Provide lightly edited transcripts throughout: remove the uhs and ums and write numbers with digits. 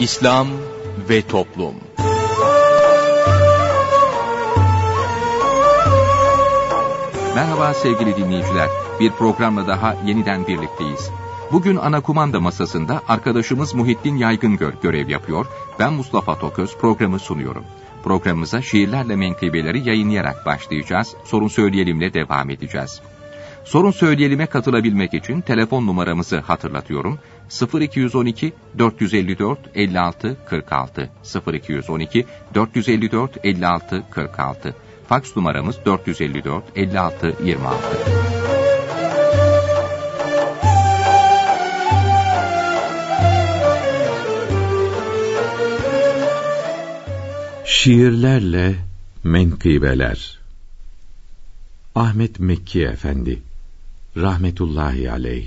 İslam ve Toplum. Merhaba sevgili dinleyiciler. Bir programla daha yeniden birlikteyiz. Bugün ana kumanda masasında arkadaşımız Muhittin Yaygıngör görev yapıyor. Ben Mustafa Toköz programı sunuyorum. Programımıza şiirlerle menkıbeleri yayınlayarak başlayacağız. Sorun Söyleyelim'le devam edeceğiz. Sorun Söyleyelim'e katılabilmek için telefon numaramızı hatırlatıyorum. 0212 454 56 46 0212 454 56 46. Faks numaramız 454 56 26. Şiirlerle menkıbeler. Ahmet Mekki Efendi rahmetullahi aleyh.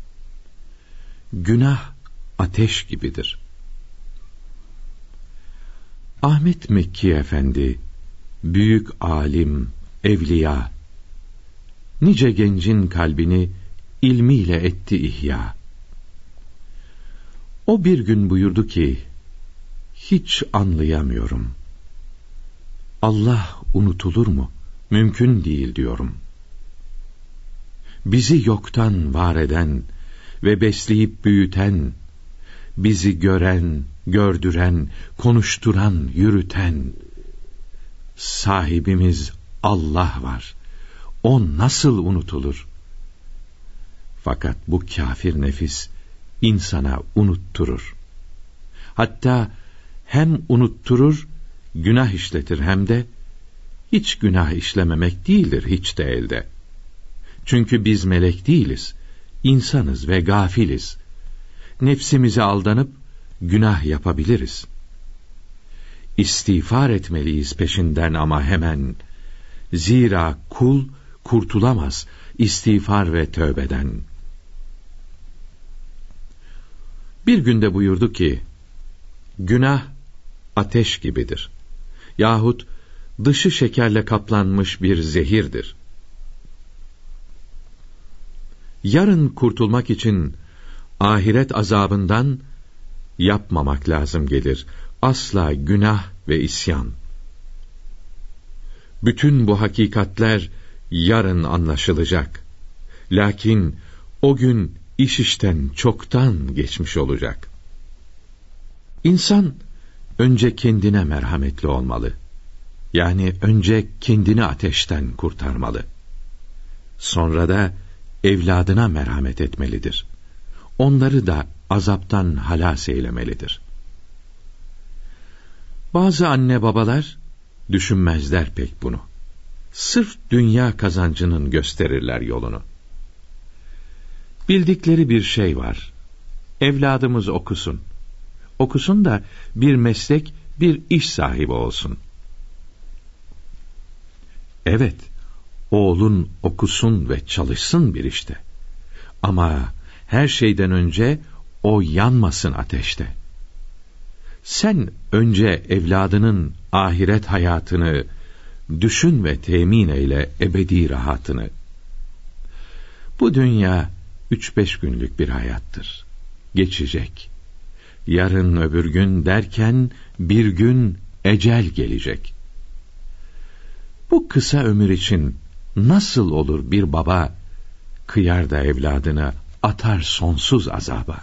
Günah ateş gibidir. Ahmet Mekki Efendi büyük alim, evliya, nice gencin kalbini ilmiyle etti ihya. O bir gün buyurdu ki, hiç anlayamıyorum. Allah unutulur mu? Mümkün değil diyorum. Bizi yoktan var eden ve besleyip büyüten, bizi gören, gördüren, konuşturan, yürüten sahibimiz Allah var. O nasıl unutulur? Fakat bu kafir nefis insana unutturur. Hatta hem unutturur, günah işletir hem de hiç günah işlememek değildir hiç de elde. Çünkü biz melek değiliz, insanız ve gafiliz. Nefsimize aldanıp günah yapabiliriz. İstiğfar etmeliyiz peşinden ama hemen. Zira kul kurtulamaz istiğfar ve tövbeden. Bir günde buyurdu ki, günah ateş gibidir. Yahut dışı şekerle kaplanmış bir zehirdir. Yarın kurtulmak için ahiret azabından yapmamak lazım gelir. Asla günah ve isyan. Bütün bu hakikatler yarın anlaşılacak. Lakin o gün iş işten çoktan geçmiş olacak. İnsan önce kendine merhametli olmalı. Yani önce kendini ateşten kurtarmalı. Sonra da evladına merhamet etmelidir. Onları da azaptan halas eylemelidir. Bazı anne babalar düşünmezler pek bunu. Sırf dünya kazancının gösterirler yolunu. Bildikleri bir şey var. Evladımız okusun. Okusun da bir meslek, bir iş sahibi olsun. Evet, oğlun okusun ve çalışsın bir işte. Ama her şeyden önce o yanmasın ateşte. Sen önce evladının ahiret hayatını düşün ve temin eyle ebedi rahatını. Bu dünya 3-5 günlük bir hayattır. Geçecek. Yarın öbür gün derken bir gün ecel gelecek. Bu kısa ömür için nasıl olur bir baba kıyar da evladını atar sonsuz azaba?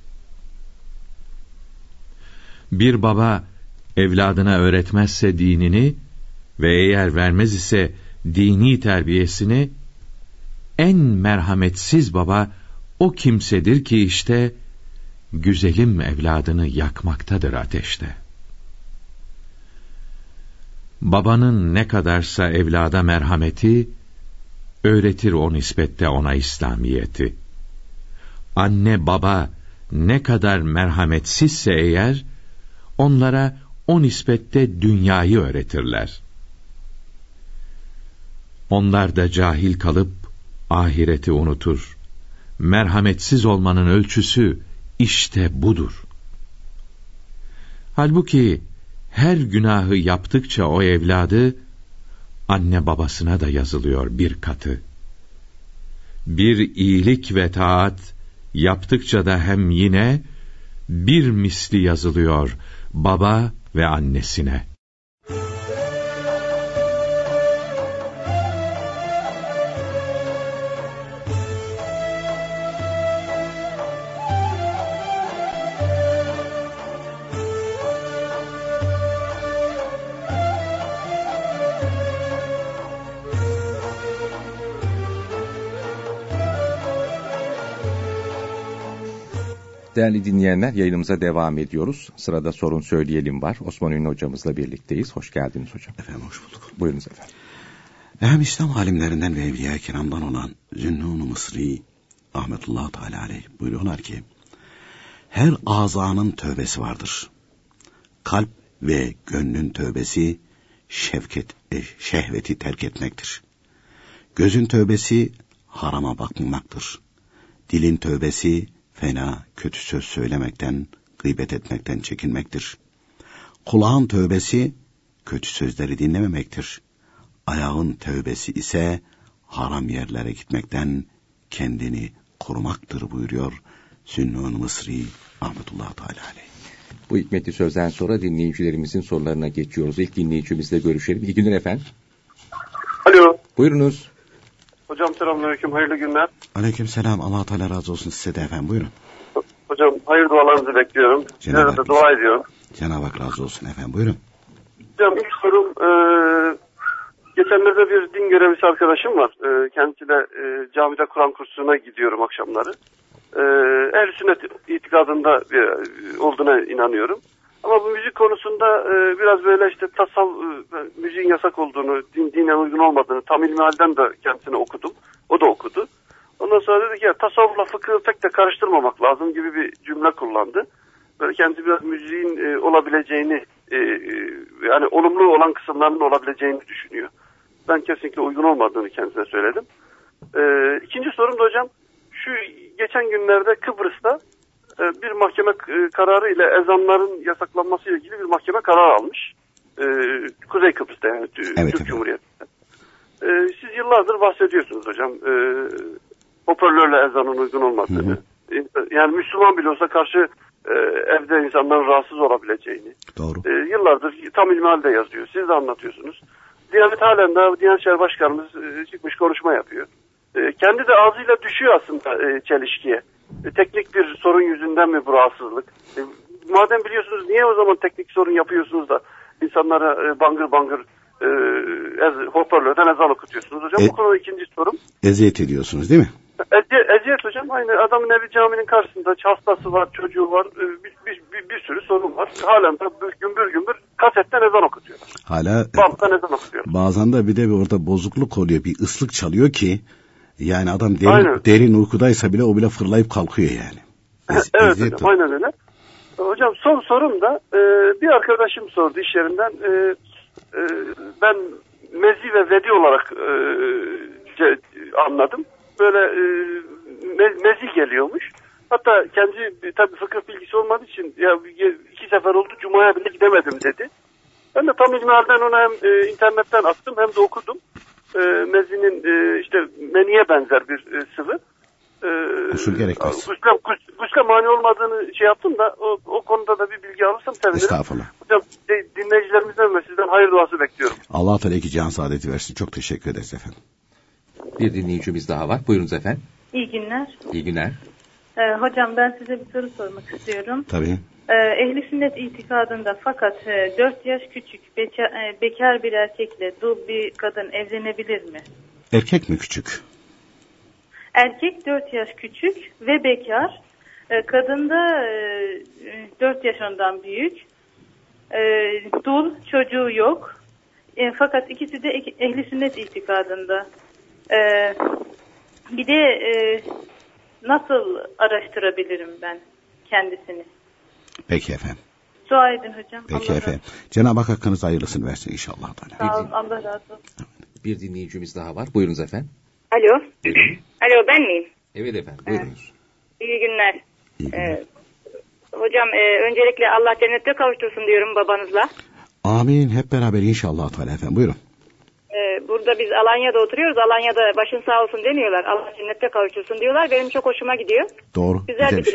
Bir baba evladına öğretmezse dinini ve eğer vermez ise dini terbiyesini, en merhametsiz baba o kimsedir ki işte güzelim evladını yakmaktadır ateşte. Babanın ne kadarsa evlada merhameti, öğretir o nispette ona İslamiyeti. Anne baba ne kadar merhametsizse eğer, onlara o nispette dünyayı öğretirler. Onlar da cahil kalıp ahireti unutur. Merhametsiz olmanın ölçüsü işte budur. Halbuki her günahı yaptıkça o evladı, anne babasına da yazılıyor bir katı. Bir iyilik ve taat yaptıkça da hem yine bir misli yazılıyor baba ve annesine. Değerli dinleyenler, yayınımıza devam ediyoruz. Sırada Sorun Söyleyelim var. Osman Ünlü hocamızla birlikteyiz. Hoş geldiniz hocam. Efendim hoş bulduk. Buyurunuz efendim. Hem İslam alimlerinden ve Evliya-i Kiram'dan olan Zünnun-u Mısri rahmetullahi teala aleyh buyuruyorlar ki, her azanın tövbesi vardır. Kalp ve gönlün tövbesi şehveti terk etmektir. Gözün tövbesi harama bakmamaktır. Dilin tövbesi fena, kötü söz söylemekten, gıybet etmekten çekinmektir. Kulağın tövbesi kötü sözleri dinlememektir. Ayağın tövbesi ise haram yerlere gitmekten kendini korumaktır buyuruyor Zünnun Mısri rahmetullahi teala aleyh. Bu hikmetli sözden sonra dinleyicilerimizin sorularına geçiyoruz. İlk dinleyicimizle görüşelim. İyi günler efendim. Alo. Buyurunuz. Hocam selamünaleyküm, hayırlı günler. Aleykümselam, Allah Teala razı olsun size de efendim, buyurun. Hocam hayır dualarınızı bekliyorum. Size de dua ediyorum. Cenab-ı Hak razı olsun efendim, buyurun. Hocam ilk sorum, geçenlerde bir din görevlisi arkadaşım var. Kendisiyle camide Kur'an kursuna gidiyorum akşamları. Ehl-i sünnet itikadında olduğuna inanıyorum. Ama bu müzik konusunda biraz böyle işte müziğin yasak olduğunu, dine uygun olmadığını tam ilmihalden de kendisine okudum. O da okudu. Ondan sonra dedi ki ya tasavvufla fıkıhı pek de karıştırmamak lazım gibi bir cümle kullandı. Böyle kendisi biraz müziğin olabileceğini, yani olumlu olan kısımlarının olabileceğini düşünüyor. Ben kesinlikle uygun olmadığını kendisine söyledim. İkinci sorum da hocam, şu geçen günlerde Kıbrıs'ta bir mahkeme kararı ile ezanların yasaklanması ile ilgili bir mahkeme kararı almış. Kuzey Kıbrıs'ta, yani evet, Türk Cumhuriyeti'nde. Siz yıllardır bahsediyorsunuz hocam. Hoparlörle ezanın uygun olmadığını. Yani Müslüman bile olsa karşı evde insanların rahatsız olabileceğini. Doğru. Yıllardır tam ilmihalde yazıyor. Siz de anlatıyorsunuz. Diyanet halen de Diyanet İşleri Başkanımız çıkmış konuşma yapıyor. Kendi de ağzıyla düşüyor aslında çelişkiye. Teknik bir sorun yüzünden mi bu rahatsızlık? Madem biliyorsunuz niye o zaman teknik sorun yapıyorsunuz da insanlara bangır bangır hoparlörden ezan okutuyorsunuz hocam? Bu konuda ikinci sorum. Eziyet ediyorsunuz değil mi? Eziyet hocam. Aynı adamın evi caminin karşısında hastası var, çocuğu var, bir sürü sorun var. Halen de gümbür gümbür kasetten ezan okutuyorlar. Hala banttan ezan okutuyorlar. Bazen de bir de orada bozukluk oluyor, bir ıslık çalıyor ki yani adam derin uykudaysa bile o bile fırlayıp kalkıyor yani. Evet hocam, aynen öyle. Hocam son sorum da bir arkadaşım sordu iş yerinden. Ben mezi ve vedi olarak anladım. Böyle mezi geliyormuş. Hatta kendi tabii fıkıh bilgisi olmadığı için ya 2 sefer oldu Cuma'ya bile gidemedim dedi. Ben de tam ilmihalden ona hem internetten attım hem de okudum. Mezinin işte meniye benzer bir sıvı. Usul gerekmez. Gusle mani olmadığını şey yaptım da o konuda da bir bilgi alırsam sevinirim. Estağfurullah. Hocam dinleyicilerimizden ve sizden hayır duası bekliyorum. Allah Teala iki can saadeti versin. Çok teşekkür ederiz efendim. Bir dinleyicimiz daha var. Buyurunuz efendim. İyi günler. İyi günler. Hocam ben size bir soru sormak istiyorum. Tabii. Ehl-i sünnet itikadında fakat 4 yaş küçük bekar bir erkekle dul bir kadın evlenebilir mi? Erkek mi küçük? Erkek 4 yaş küçük ve bekar. Kadın da 4 yaş ondan büyük. Dul, çocuğu yok. Fakat ikisi de ehl-i sünnet itikadında. Bir de nasıl araştırabilirim ben kendisini? Peki efendim. Dua edin hocam. Peki efendim. Cenab-ı Hak hakkınızı hayırlısını versin inşallah. Sağ olun, Allah razı olsun. Bir dinleyicimiz daha var. Buyurunuz efendim. Alo. Buyurun. Alo, ben miyim? Evet efendim, buyurunuz. İyi günler. İyi günler. Hocam öncelikle Allah cennette kavuştursun diyorum babanızla. Amin. Hep beraber inşallah Teala efendim. Buyurun. Burada biz Alanya'da oturuyoruz. Alanya'da başın sağ olsun demiyorlar. Allah cennette kavuştursun diyorlar. Benim çok hoşuma gidiyor. Doğru. Güzel bir dilek.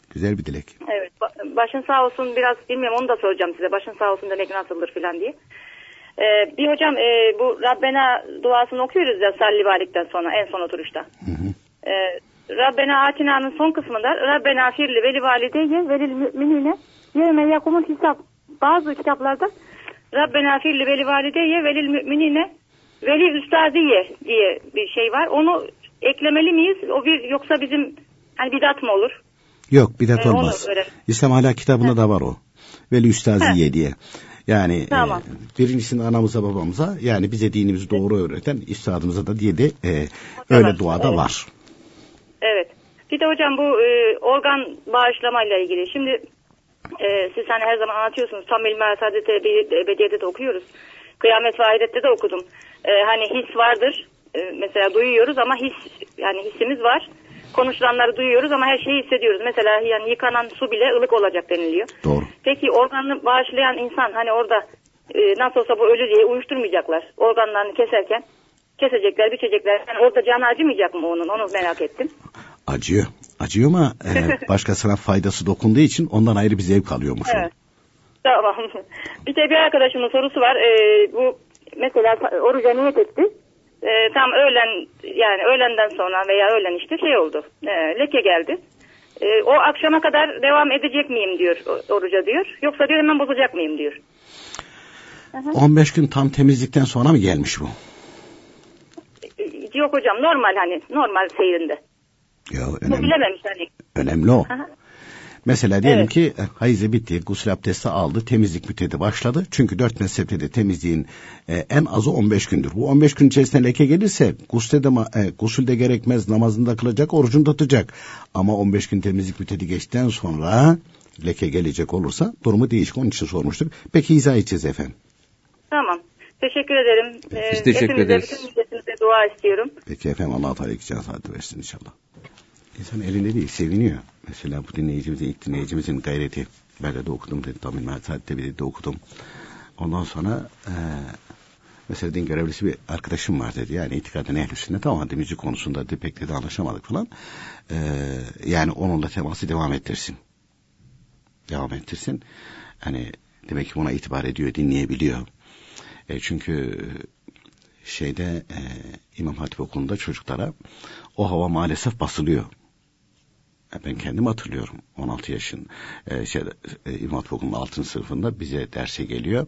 Güzel bir dilek. Evet. Başın sağ olsun, biraz bilmiyorum, onu da soracağım size. Başın sağ olsun demek nasıldır falan diye. Bir hocam bu Rabbena duasını okuyoruz ya salli balikten sonra, en son oturuşta. Hı hı. Rabbena Atina'nın son kısmında Rabbena firli veli valideyye velil müminine yevme yakumul hisab. Bazı kitaplarda Rabbena firli veli valideyye velil müminine veli üstadiye diye bir şey var. Onu eklemeli miyiz? O bir, yoksa bizim hani bidat mı olur? Yok, bidat olmaz. İslam Ahlak kitabında da var o. Veli üstaziye diye. Yani tamam. Birincisinde anamıza babamıza, yani bize dinimizi doğru öğreten üstadımıza da diye de öyle duada var. Evet. Bir de hocam bu organ bağışlamayla ilgili. Şimdi siz hani her zaman anlatıyorsunuz. Tam ilmi Saadet Ebediyet'te de okuyoruz. Kıyamet ve Ahirette de okudum. Hani his vardır. Mesela duyuyoruz ama hissimiz var. Konuşulanları duyuyoruz ama her şeyi hissediyoruz. Mesela yani yıkanan su bile ılık olacak deniliyor. Doğru. Peki organını bağışlayan insan hani orada nasıl olsa bu ölü diye uyuşturmayacaklar. Organlarını keserken kesecekler, biçecekler. Yani orada canı acımayacak mı onun? Onu merak ettim. Acıyor. Acıyor ama başkasına faydası dokunduğu için ondan ayrı bir zevk alıyormuş. Evet. Tamam. Bir de bir arkadaşımın sorusu var. Bu mesela oruca niyet etti. Tam öğlenden sonra veya öğlen işte şey oldu. Leke geldi. O akşama kadar devam edecek miyim diyor oruca diyor. Yoksa diyor hemen bozacak mıyım diyor. 15 gün tam temizlikten sonra mı gelmiş bu? Yok hocam, normal seyrinde. Ya bilememiş hani. Önemli o. Aha. Mesela diyelim ki hayızı bitti, gusül abdesti aldı, temizlik müddeti başladı. Çünkü 4 mezhepte de temizliğin en azı 15 gündür. Bu 15 gün içerisinde leke gelirse gusülde gerekmez, namazında kılacak, orucunu tutacak. Ama 15 gün temizlik müddeti geçtikten sonra leke gelecek olursa durumu değişik. Onun için sormuştuk. Peki izah edeceğiz efendim. Tamam. Teşekkür ederim. Biz teşekkür ederiz. Bütün milletimize dua istiyorum. Peki efendim, Allah-u Teala ikisine saati versin inşallah. İnsan elinde değil, seviniyor. Mesela bu ilk dinleyicimizin gayreti. Ben de okudum dedi. Tam ilmi de okudum. Ondan sonra mesela din görevlisi bir arkadaşım var dedi. Yani itikaden ehl-i sünnet ama müzik konusunda pek de anlaşamadık falan. Yani onunla teması devam ettirsin. Hani demek ki buna itibar ediyor, dinleyebiliyor. Çünkü İmam Hatip Okulu'nda çocuklara o hava maalesef basılıyor. Ben kendim hatırlıyorum. 16 yaşın İmam Hatip Okulu'nun 6. sınıfında bize derse geliyor.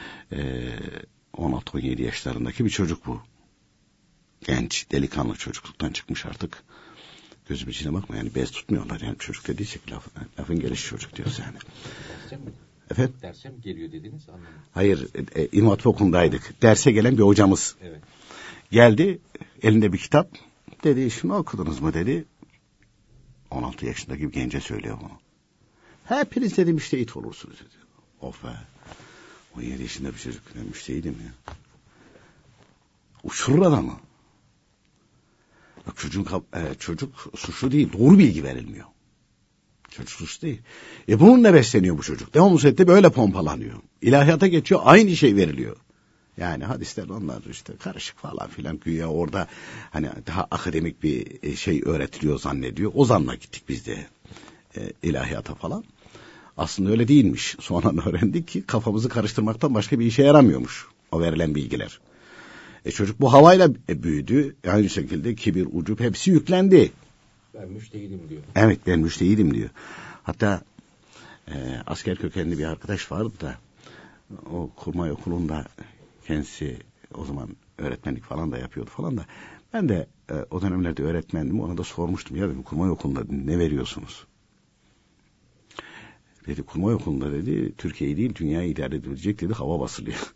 16-17 yaşlarındaki bir çocuk bu. Genç, delikanlı, çocukluktan çıkmış artık. Gözüm içine bakma, yani bez tutmuyorlar. Yani çocuk dediysek lafın gelişi çocuk diyoruz yani. Efendim? Derse mi geliyor dediniz? Anlamadım. Hayır, İmam Hatip Okulu'ndaydık. Derse gelen bir hocamız. Evet. Geldi, elinde bir kitap. Dedi, şunu okudunuz mu dedi. 16 yaşındaki bir gence söylüyor bunu. Hepiniz dedi müştehit olursunuz dedi. Of be. 17 yaşında bir çocuk. Ben müştehidim ya. Uçurur adamı. Çocuk suçlu değil. Doğru bilgi verilmiyor. Çocuk suçlu değil. Bununla besleniyor bu çocuk. Devamlı surette böyle pompalanıyor. İlahiyata geçiyor, aynı şey veriliyor. Yani hadisler onlar işte karışık falan filan, güya orada hani daha akademik bir şey öğretiliyor zannediyor. O zanla gittik biz de ilahiyata falan. Aslında öyle değilmiş. Sonra öğrendik ki kafamızı karıştırmaktan başka bir işe yaramıyormuş o verilen bilgiler. Çocuk bu havayla büyüdü. Aynı şekilde kibir, ucup hepsi yüklendi. Ben müştehidim diyor. Evet, ben müştehidim diyor. Hatta asker kökenli bir arkadaş vardı da o kurmay okulunda kendisi o zaman öğretmenlik falan da yapıyordu falan da. Ben de o dönemlerde öğretmendim. Ona da sormuştum. Ya dedim, kurmay okulunda ne veriyorsunuz? Dedi, kurmay okulunda dedi Türkiye'yi değil dünyayı idare edilecek dedi, hava basılıyor.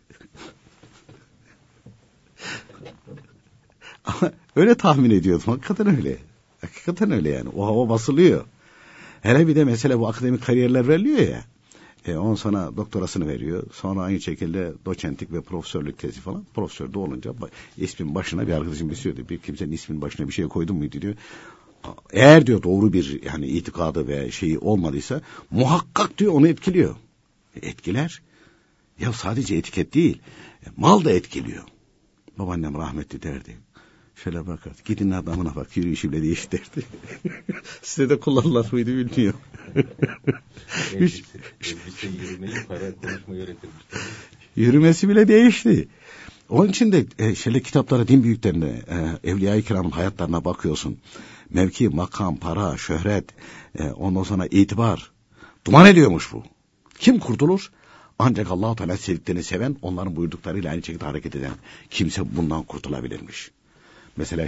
Ama öyle tahmin ediyordum. Hakikaten öyle. Hakikaten öyle yani. O hava basılıyor. Hele bir de mesela bu akademik kariyerler veriliyor ya. Ondan sonra doktorasını veriyor. Sonra aynı şekilde doçentlik ve profesörlük tezi falan. Profesör de olunca ismin başına bir arkadaşım istiyordu. Bir kimsenin ismin başına bir şey koydun muydu diyor. Eğer diyor doğru bir yani itikadı ve şeyi olmadıysa muhakkak diyor onu etkiliyor. Etkiler. Ya sadece etiket değil. Mal da etkiliyor. Babaannem rahmetli derdi. Şöyle bakar. Gidin adamına bak, yürüyüşü bile değişti derdi. Size de kullanırlar mıydı bilmiyorum. Elbise yürümeyi, para konuşmayı öğretirmiş. Yürümesi bile değişti. Onun için de şöyle kitaplara, din büyüklerine, Evliya-i Kiram'ın hayatlarına bakıyorsun. Mevki, makam, para, şöhret, ondan sonra itibar. Duman ediyormuş bu. Kim kurtulur? Ancak Allah-u Teala sevdiklerini seven, onların buyurduklarıyla aynı şekilde hareket eden kimse bundan kurtulabilirmiş. Mesela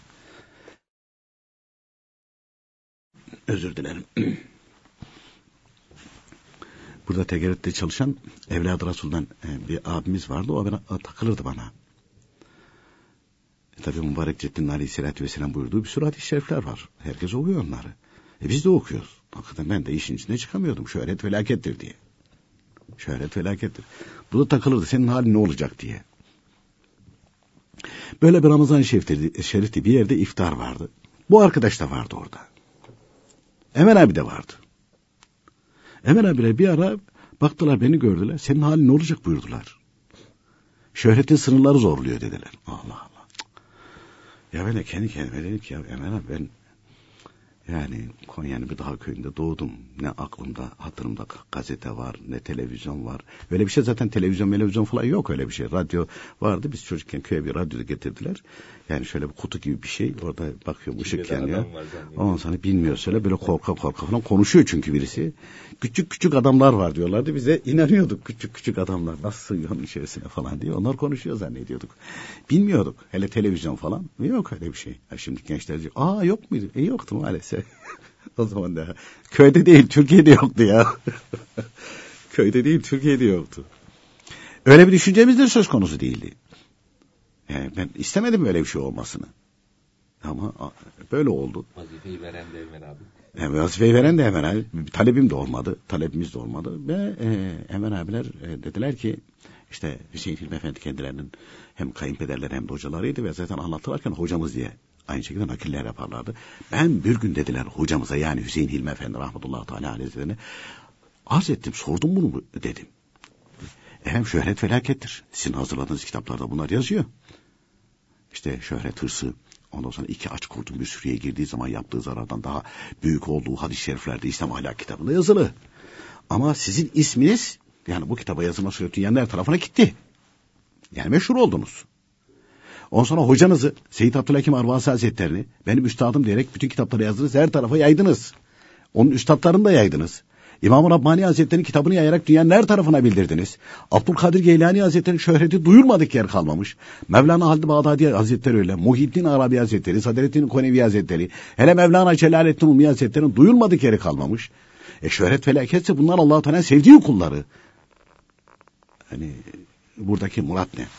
özür dilerim. Burada TGRT'de çalışan Evlad-ı Resul'den bir abimiz vardı. O takılırdı bana. Tabii mübarek Ceddin Aleyhisselatü Vesselam buyurduğu bir sürü hadis-i şerifler var. Herkes okuyor onları. Biz de okuyoruz. Hakikaten ben de işin içine çıkamıyordum. Şöhret felakettir diye. Şöhret felakettir. Bu da takılırdı. Senin halin ne olacak diye. Böyle bir Ramazan-ı Şerif'te bir yerde iftar vardı. Bu arkadaş da vardı orada. Emel abi de vardı. Emel abiler bir ara baktılar, beni gördüler. Senin halin ne olacak buyurdular. Şöhretin sınırları zorluyor dediler. Allah Allah. Ya ben de kendi kendime dedim ki ya Emel abi, ben yani Konya'nın bir dağ köyünde doğdum. Ne aklımda, hatırımda gazete var, ne televizyon var. Öyle bir şey zaten, televizyon falan yok, öyle bir şey. Radyo vardı. Biz çocukken köye bir radyo getirdiler. Yani şöyle bir kutu gibi bir şey. Orada bakıyorum, ışık yanıyor. Ondan sonra bilmiyor, söyle böyle korka falan konuşuyor çünkü birisi. Küçük adamlar var diyorlardı. Bize inanıyorduk, küçük adamlar nasıl onun içerisine falan diye. Onlar konuşuyor zannediyorduk. Bilmiyorduk. Hele televizyon falan yok öyle bir şey. Ya şimdi gençler diyor, yok muydu? Yoktu maalesef. O zaman da köyde değil, Türkiye'de yoktu ya. Köyde değil, Türkiye'de yoktu. Öyle bir düşüncemiz de söz konusu değildi. Yani ben istemedim böyle bir şey olmasını. Ama böyle oldu. Vazifeyi veren de Emel abi. Vazifeyi veren de Emel abi. Talebimiz de olmadı. Ve Emel abiler dediler ki, işte Hüseyin Hilmi Efendi kendilerinin hem kayınpederleri hem de hocalarıydı ve zaten anlatırlarken hocamız diye aynı şekilde nakiller yaparlardı. Ben bir gün dediler hocamıza, yani Hüseyin Hilmi Efendi rahmetullahi teala aleyhisselam'e arz ettim, sordum bunu dedim. Efendim şöhret felakettir. Sizin hazırladığınız kitaplarda bunlar yazıyor. İşte şöhret hırsı, ondan sonra 2 aç kurdun bir sürüye girdiği zaman yaptığı zarardan daha büyük olduğu hadis-i şeriflerde İslam ahlak kitabında yazılı. Ama sizin isminiz, yani bu kitaba yazılması dünyanın her tarafına gitti. Yani meşhur oldunuz. Ondan sonra hocanızı, Seyyid Abdülhakim Arvasi Hazretlerini benim üstadım diyerek bütün kitapları yazdınız, her tarafa yaydınız. Onun üstadlarını da yaydınız. İmam-ı Rabbani Hazretleri'nin kitabını yayarak dünyanın her tarafına bildirdiniz. Abdülkadir Geylani Hazretleri'nin şöhreti duyurmadık yer kalmamış. Mevlana Halid Bağdadi Hazretleri öyle, Muhyiddin Arabi Hazretleri, Sadreddin Konevi Hazretleri, hele Mevlana Celaleddin Rumi Hazretleri'nin duyurmadık yeri kalmamış. Şöhret felaketse bunlar Allah-u Teala'nın sevdiği kulları. Hani buradaki murat ne?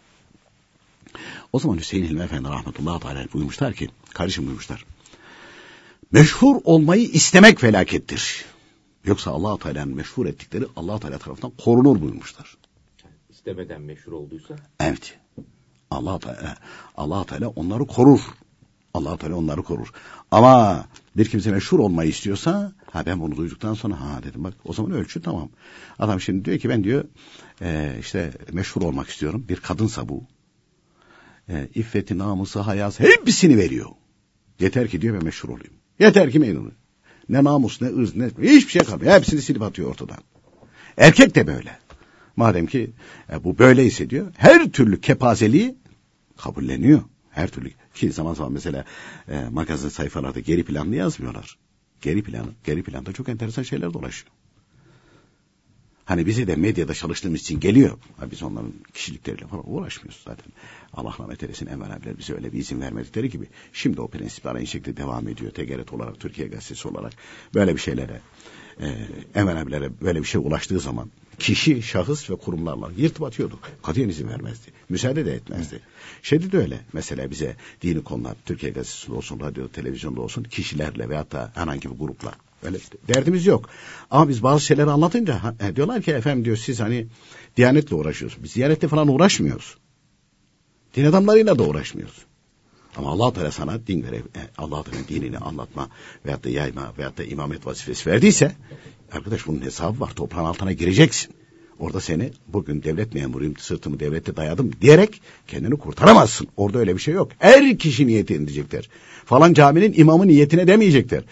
O zaman Hüseyin Hilmi Efendi rahmetullahi teala buyurmuşlar ki, kardeşim buyurmuşlar, meşhur olmayı istemek felakettir. Yoksa Allah-u Teala'nın meşhur ettikleri Allah-u Teala tarafından korunur buyurmuşlar. İstemeden meşhur olduysa? Evet. Allah-u Teala onları korur. Allah-u Teala onları korur. Ama bir kimse meşhur olmayı istiyorsa, ben bunu duyduktan sonra dedim, bak o zaman ölçü tamam. Adam şimdi diyor ki ben diyor işte meşhur olmak istiyorum. Bir kadınsa bu. İffeti, namusu, hayası hepsini veriyor. Yeter ki diyor ben meşhur olayım. Yeter ki memnunum. Ne namus, ne ırz, ne hiçbir şey kalmıyor. Hepsini silip atıyor ortadan. Erkek de böyle. Madem ki bu böyleyse diyor, her türlü kepazeliği kabulleniyor. Her türlü. Ki zaman zaman mesela magazin sayfalarda geri planlı yazmıyorlar. Geri planda çok enteresan şeyler dolaşıyor. Hani bize de medyada çalıştığımız için geliyor. Biz onların kişilikleriyle falan uğraşmıyoruz zaten. Allah rahmet eylesin, Enver abiler bize öyle bir izin vermedikleri gibi. Şimdi o prensipler aynı şekilde devam ediyor. TGRT olarak, Türkiye Gazetesi olarak böyle bir şeylere, Enver abilere böyle bir şey ulaştığı zaman kişi, şahıs ve kurumlarla yırtıp atıyorduk. Katiyen izin vermezdi. Müsaade de etmezdi. Şeyde de öyle. Mesela bize dini konular, Türkiye Gazetesi'nde olsun, radyo, televizyonda olsun, kişilerle veyahut da herhangi bir grupla öyle derdimiz yok. Ama biz bazı şeyleri anlatınca diyorlar ki efendim diyor siz hani Diyanetle uğraşıyorsunuz. Biz Diyanetle falan uğraşmıyoruz. Din adamlarıyla da uğraşmıyoruz. Ama Allah Teala sana din görev, Allah Teala'nın dinini anlatma veyahut da yayma veyahut da imamet vazifesi verdiyse, arkadaş bunun hesabı var. Toprağın altına gireceksin. Orada seni bugün devlet memuruyum, sırtımı devlete dayadım diyerek kendini kurtaramazsın. Orada öyle bir şey yok. Her kişi niyeti edecekler. Falan caminin imamı niyetine demeyecekler.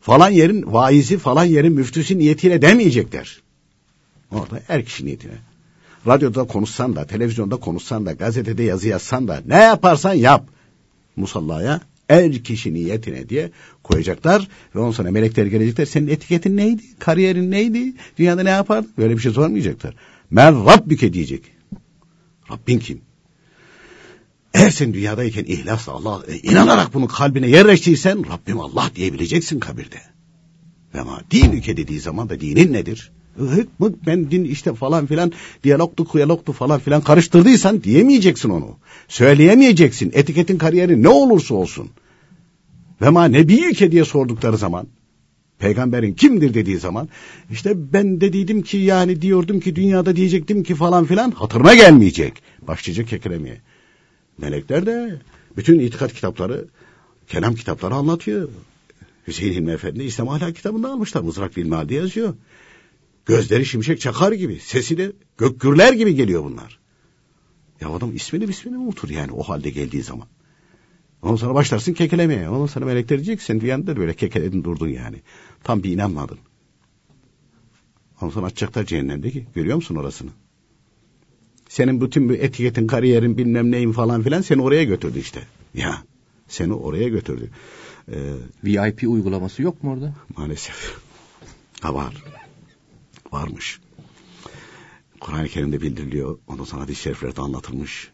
falan yerin vaizi, falan yerin müftüsü niyetiyle demeyecekler. Orada her kişi niyetine. Radyoda konuşsan da, televizyonda konuşsan da, gazetede yazı yazsan da, ne yaparsan yap. Musallaya her kişi niyetine diye koyacaklar ve ondan sonra melekler gelecekler. Senin etiketin neydi? Kariyerin neydi? Dünyada ne yapardın? Böyle bir şey sormayacaklar. Men Rabbike diyecek. Rabbin kim? Eğer sen dünyadayken ihlasla Allah'a inanarak bunu kalbine yerleştirirsen Rabbim Allah diyebileceksin kabirde. Ve ama din ülke dediği zaman da dinin nedir? Ben din işte falan filan diyalogtu falan filan karıştırdıysan diyemeyeceksin onu. Söyleyemeyeceksin. Etiketin kariyeri ne olursa olsun. Ve ma nebiyüke diye sordukları zaman, peygamberin kimdir dediği zaman, işte ben dediydim ki yani diyordum ki dünyada diyecektim ki falan filan hatırına gelmeyecek. Başlayacak kekelemeye. Melekler de bütün itikat kitapları, kelam kitapları anlatıyor. Hüseyin Hilmi Efendi İslam Ahlak kitabında almışlar. Mızrak Bilmal diye yazıyor. Gözleri şimşek çakar gibi, sesi de gök gürler gibi geliyor bunlar. Ya adam ismini unutur yani o halde geldiği zaman. Ondan sonra başlarsın kekelemeye. Ondan sonra melekler diyecek sen dünyada böyle kekeledin durdun yani. Tam bir inanmadın. Ondan sonra açacaklar cehennemdeki. Görüyor musun orasını? Senin bütün bu etiketin, kariyerin, bilmem neyin falan filan seni oraya götürdü işte. Ya seni oraya götürdü. VIP uygulaması yok mu orada? Maalesef. Ha varmış. Kur'an-ı Kerim'de bildiriliyor. Ondan sonra hadis-i şeriflerde anlatılmış.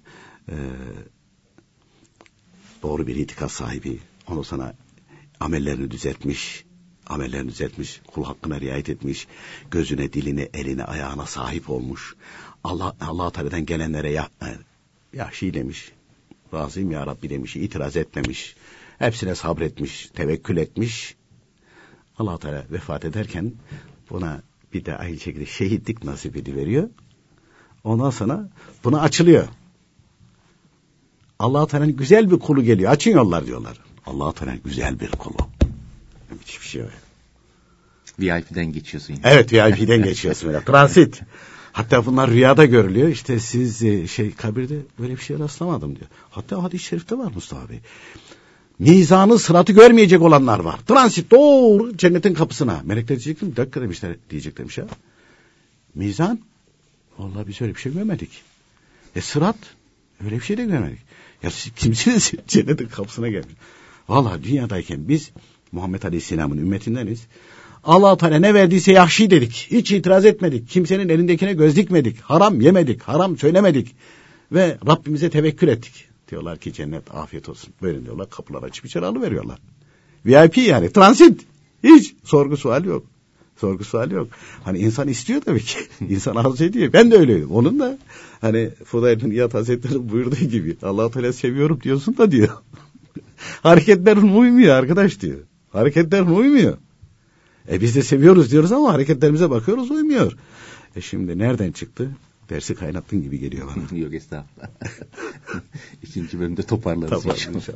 Doğru bir itikat sahibi. Ondan sonra amellerini düzeltmiş. Kul hakkına riayet etmiş. Gözüne, diline, eline, ayağına sahip olmuş. Allah Teala'dan gelenlere yahşi demiş. Razıyım ya Rabbi demiş. İtiraz etmemiş. Hepsine sabretmiş. Tevekkül etmiş. Allah Teala vefat ederken buna bir de aynı şekilde şehitlik nasip ediveriyor. Ondan sonra buna açılıyor. Allah Teala'nın güzel bir kulu geliyor. Açın yollar diyorlar. Allah Teala'nın güzel bir kulu. Hiçbir şey yok. VIP'den geçiyorsun yani. Evet, VIP'den geçiyorsun böyle. Transit. Hatta bunlar rüyada görülüyor. İşte siz kabirde böyle bir şeye rastlamadım diyor. Hatta hadis-i şerifte var Mustafa Bey. Mizanı, sıratı görmeyecek olanlar var. Transit doğru cennetin kapısına. Melekler diyecek mi? Bir dakika diyeceklermiş ya. Mizan? Vallahi biz öyle bir şey görmedik. Sırat? Öyle bir şey de görmedik. Ya siz kimsiniz? Cennetin kapısına gelmiş. Vallahi dünyadayken biz Muhammed Aleyhisselam'ın ümmetindeniz. Allah-u Teala ne verdiyse yahşi dedik. Hiç itiraz etmedik. Kimsenin elindekine göz dikmedik. Haram yemedik. Haram söylemedik. Ve Rabbimize tevekkül ettik. Diyorlar ki cennet afiyet olsun. Böyle diyorlar, kapılar açıp içeri alıveriyorlar. VIP yani, transit. Hiç sorgu sual yok. Hani insan istiyor tabii ki. İnsan arzu ediyor. Ben de öyleydim. Onun da hani Fudayl bin İyad Hazretleri buyurduğu gibi Allah-u Teala seviyorum diyorsun da diyor. Hareketlerin uymuyor arkadaş diyor. Hareketlerin uymuyor. Biz de seviyoruz diyoruz ama hareketlerimize bakıyoruz uymuyor. Şimdi nereden çıktı? Dersi kaynattın gibi geliyor bana. Yok estağfurullah. İkinci bölümde toparlarız inşallah.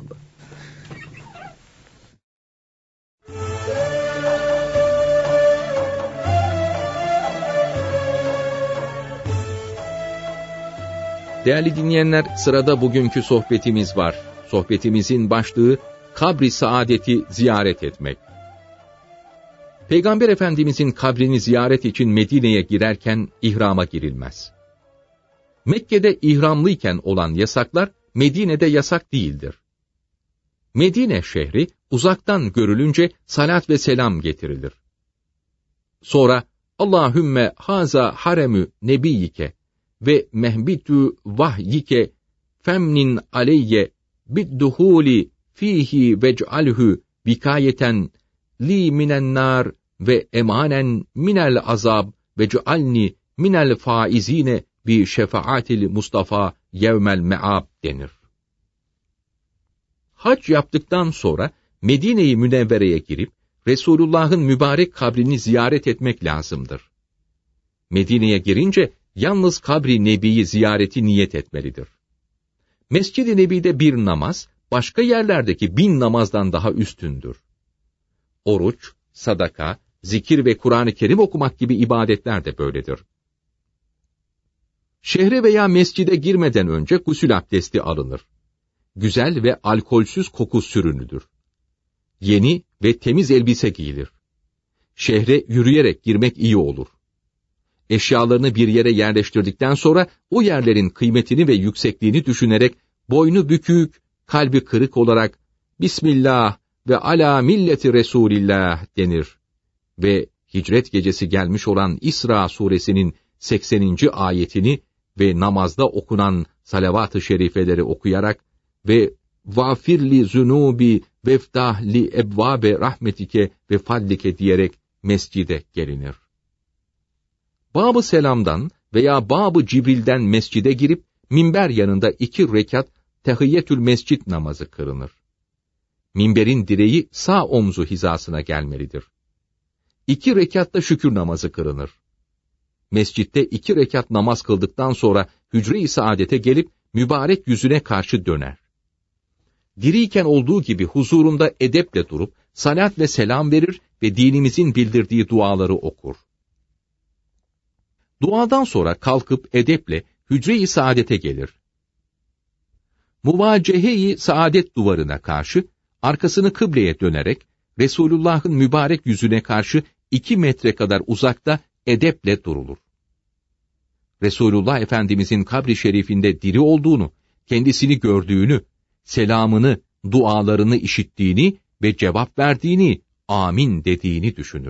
Değerli dinleyenler, sırada bugünkü sohbetimiz var. Sohbetimizin başlığı kabri saadeti ziyaret etmek. Peygamber Efendimizin kabrini ziyaret için Medine'ye girerken ihrama girilmez. Mekke'de ihramlıyken olan yasaklar Medine'de yasak değildir. Medine şehri uzaktan görülünce salat ve selam getirilir. Sonra Allahümme haza haremü nebiyike ve mehbitu vahyike femnin aleyye bidduhuli fihi vec'alhu vikayeten li minen nar ve emanen minel azab vec'alni minel faizine bi şefaatil Mustafa yevmel me'ab denir. Hac yaptıktan sonra Medine-i Münevvere'ye girip Resulullah'ın mübarek kabrini ziyaret etmek lazımdır. Medine'ye girince yalnız kabri Nebi'yi ziyareti niyet etmelidir. Mescid-i Nebi'de bir namaz, başka yerlerdeki 1000 namazdan daha üstündür. Oruç, sadaka, zikir ve Kur'an-ı Kerim okumak gibi ibadetler de böyledir. Şehre veya mescide girmeden önce gusül abdesti alınır. Güzel ve alkolsüz koku sürünüdür. yeni ve temiz elbise giyilir. Şehre yürüyerek girmek iyi olur. Eşyalarını bir yere yerleştirdikten sonra o yerlerin kıymetini ve yüksekliğini düşünerek boynu bükük, kalbi kırık olarak Bismillah ve ala milleti Resulillah denir. Ve hicret gecesi gelmiş olan İsra suresinin 80. ayetini ve namazda okunan salavat-ı şerifeleri okuyarak ve vafirli zunubi veftahli ebvabe rahmetike ve fadlike diyerek mescide gelinir. Bab-ı selamdan veya Bab-ı Cibril'den mescide girip minber yanında 2 rekat tehiyyetül mescid namazı kılınır. Minberin direği sağ omzu hizasına gelmelidir. 2 rekatta şükür namazı kılınır. Mescitte 2 rekat namaz kıldıktan sonra hücre-i saadete gelip mübarek yüzüne karşı döner. Diriyken olduğu gibi huzurunda edeple durup salat ve selam verir ve dinimizin bildirdiği duaları okur. Duadan sonra kalkıp edeple hücre-i saadete gelir. Muvacehe-i saadet duvarına karşı arkasını kıbleye dönerek Resulullah'ın mübarek yüzüne karşı 2 metre kadar uzakta edeple durulur. Resulullah Efendimizin kabri şerifinde diri olduğunu, kendisini gördüğünü, selamını, dualarını işittiğini ve cevap verdiğini, amin dediğini düşünür.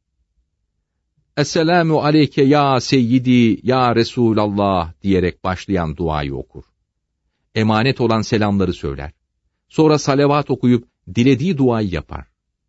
Esselamu aleyke ya seyyidi ya Resulallah diyerek başlayan duayı okur. Emanet olan selamları söyler. Sonra salavat okuyup dilediği duayı yapar.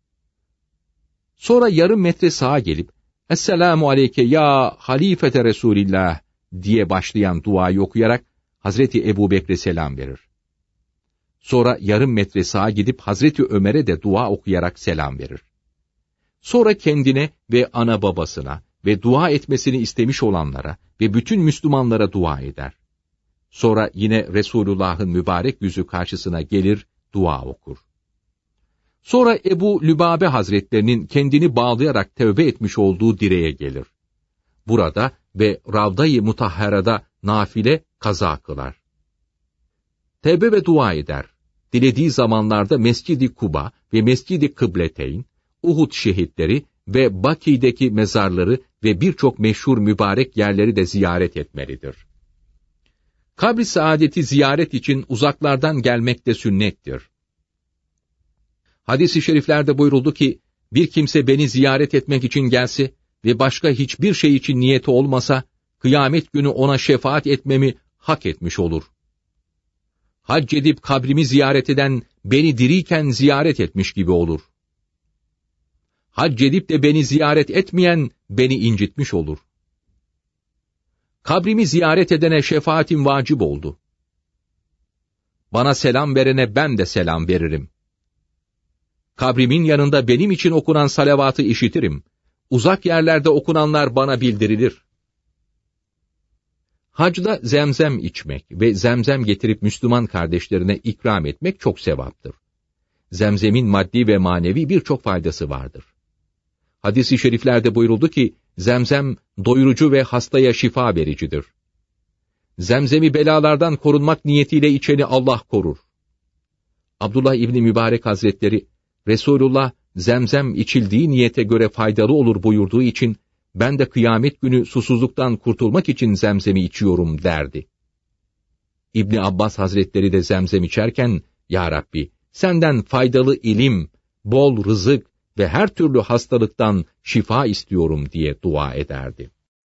Sonra yarım metre sağa gelip Esselamu aleyke ya halifete Resulillah diye başlayan duayı okuyarak Hazreti Ebubekir'e selam verir. Sonra yarım metre sağa gidip Hazreti Ömer'e de dua okuyarak selam verir. Sonra kendine ve ana babasına ve dua etmesini istemiş olanlara ve bütün Müslümanlara dua eder. Sonra yine Resulullah'ın mübarek yüzü karşısına gelir, dua okur. Sonra Ebu Lübabe Hazretlerinin kendini bağlayarak tövbe etmiş olduğu direğe gelir. Burada ve Ravda-i Mutahhara'da nafile kaza kılar. Tevbe ve dua eder. Dilediği zamanlarda Mescid-i Kuba ve Mescid-i Kıbleteyn, Uhud şehitleri ve Baki'deki mezarları ve birçok meşhur mübarek yerleri de ziyaret etmelidir. Kabri saadeti ziyaret için uzaklardan gelmek de sünnettir. Hadis-i şeriflerde buyuruldu ki, bir kimse beni ziyaret etmek için gelse ve başka hiçbir şey için niyeti olmasa, kıyamet günü ona şefaat etmemi hak etmiş olur. Hac edip kabrimi ziyaret eden, beni diriyken ziyaret etmiş gibi olur. Hac edip de beni ziyaret etmeyen, beni incitmiş olur. Kabrimi ziyaret edene şefaatim vacip oldu. Bana selam verene ben de selam veririm. Kabrimin yanında benim için okunan salavatı işitirim. Uzak yerlerde okunanlar bana bildirilir. Hacda zemzem içmek ve zemzem getirip Müslüman kardeşlerine ikram etmek çok sevaptır. Zemzemin maddi ve manevi birçok faydası vardır. Hadis-i şeriflerde buyuruldu ki, zemzem doyurucu ve hastaya şifa vericidir. Zemzemi belalardan korunmak niyetiyle içeni Allah korur. Abdullah İbni Mübarek Hazretleri, Resulullah zemzem içildiği niyete göre faydalı olur buyurduğu için, ben de kıyamet günü susuzluktan kurtulmak için zemzemi içiyorum derdi. İbni Abbas Hazretleri de zemzem içerken, Ya Rabbi, senden faydalı ilim, bol rızık ve her türlü hastalıktan şifa istiyorum diye dua ederdi.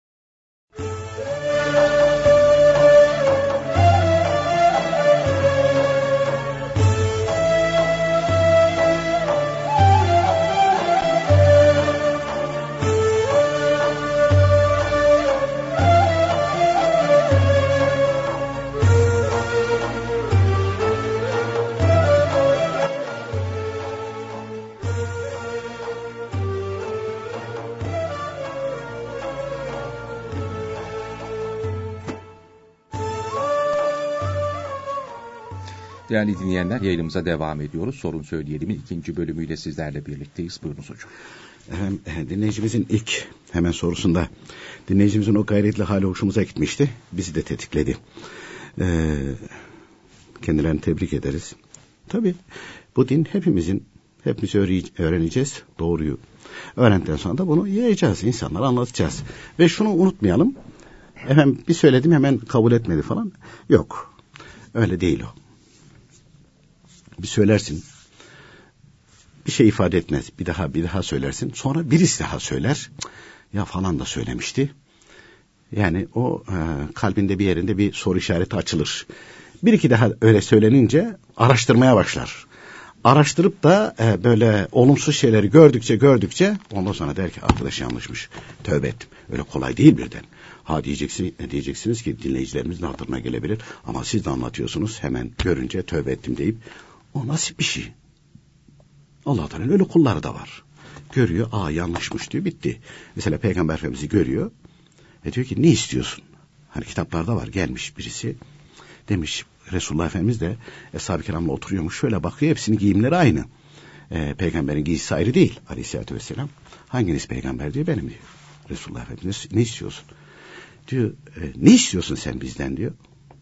Değerli dinleyenler, yayınımıza devam ediyoruz. Sorun Söyleyelim'in 2. bölümüyle sizlerle birlikteyiz. Buyurunuz hocam. Dinleyicimizin ilk hemen sorusunda dinleyicimizin o gayretli hali hoşumuza gitmişti. Bizi de tetikledi. Kendilerini tebrik ederiz. Tabii bu din Hepimiz öğreneceğiz doğruyu. Öğrendikten sonra da bunu yayacağız, insanlara anlatacağız. Ve şunu unutmayalım. Efendim bir söyledim hemen kabul etmedi falan. Yok. Öyle değil o. Bir söylersin. Bir şey ifade etmez. Bir daha söylersin. Sonra birisi daha söyler. Ya falan da söylemişti. Yani o kalbinde bir yerinde bir soru işareti açılır. Bir iki daha öyle söylenince araştırmaya başlar. Araştırıp da böyle olumsuz şeyleri gördükçe ondan sonra der ki arkadaş yanlışmış. Tövbe ettim. Öyle kolay değil birden. Diyeceksiniz ki dinleyicilerimizin hatırına gelebilir. Ama siz de anlatıyorsunuz hemen görünce tövbe ettim deyip o nasıl bir şey? Allah Teala'nın öyle kulları da var. Görüyor, yanlışmış diyor, bitti. Mesela Peygamber Efendimiz'i görüyor. Diyor ki ne istiyorsun? Hani kitaplarda var, gelmiş birisi. Demiş Resulullah Efendimiz de Eshab-ı Kiram'la oturuyormuş. Şöyle bakıyor, hepsinin giyimleri aynı. Peygamberin giysisi ayrı değil Aleyhisselatü Vesselam. Hanginiz peygamber diyor, benim diyor. Resulullah Efendimiz ne istiyorsun? Diyor ne istiyorsun sen bizden diyor.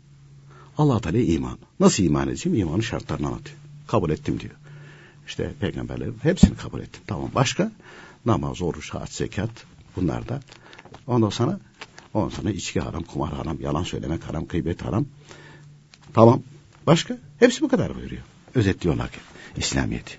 Allah Teala iman. Nasıl iman edeceğim? İmanın şartlarını anlatıyor. Kabul ettim diyor. İşte peygamberlerin hepsini kabul ettim. Tamam, başka? Namaz, oruç, hac, zekat, bunlar da. Ondan sonra içki haram, kumar haram, yalan söylemek haram, gıybet haram. Tamam. Başka? Hepsi bu kadar buyuruyor. Özetliyorlar ki İslamiyet'i.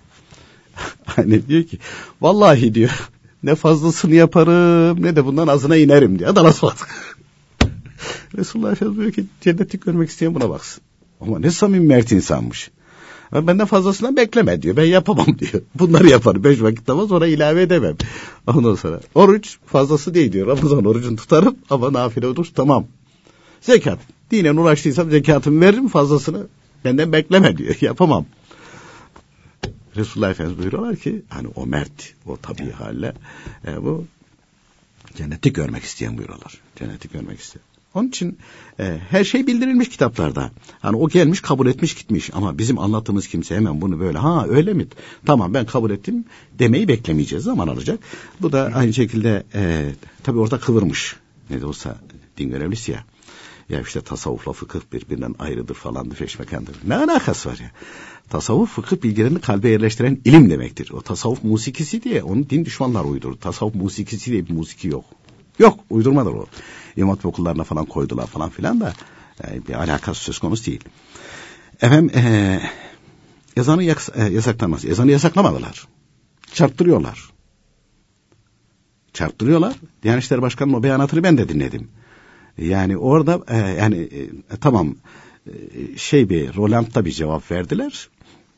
Hani diyor ki vallahi diyor ne fazlasını yaparım ne de bundan azına inerim diyor. Nasıl bak. Resulullah Efendimiz diyor ki cenneti görmek isteyen buna baksın. Ama ne samimi mert insanmış. Benden fazlasından bekleme diyor. Ben yapamam diyor. Bunları yaparım. 5 vakit namaz sonra ilave edemem. Ondan sonra oruç fazlası değil diyor. Ramazan orucunu tutarım ama nafile oruç tamam. Zekat. Dinen uğraştıysam zekatımı veririm, fazlasını benden bekleme diyor. Yapamam. Resulullah Efendimiz buyuruyorlar ki hani o mert, o tabii halle bu cenneti görmek isteyen buyuruyorlar. Cenneti görmek isteyen. Onun için her şey bildirilmiş kitaplarda. Hani o gelmiş kabul etmiş gitmiş ama bizim anlattığımız kimse hemen bunu böyle öyle mi? Tamam ben kabul ettim demeyi beklemeyeceğiz, zaman alacak. Bu da aynı şekilde tabii orada kıvırmış. Ne de olsa din görevlisi ya. Ya işte tasavvufla fıkıh birbirinden ayrıdır falandır, feşmekandır. Ne alakası var ya? Tasavvuf fıkıh bilgilerini kalbe yerleştiren ilim demektir. O tasavvuf musikisi diye onu din düşmanlar uydurdu. Tasavvuf musikisi diye bir musiki yok. Yok, uydurmadır o. İmam Hatip okullarına falan koydular falan filan da bir alakası söz konusu değil. Efendim ezanı yasaklanmaz. Ezanı yasaklamadılar. Çarptırıyorlar. Diyanet İşleri Başkanı'nın o beyanatını ben de dinledim. Yani orada tamam bir Roland'da bir cevap verdiler.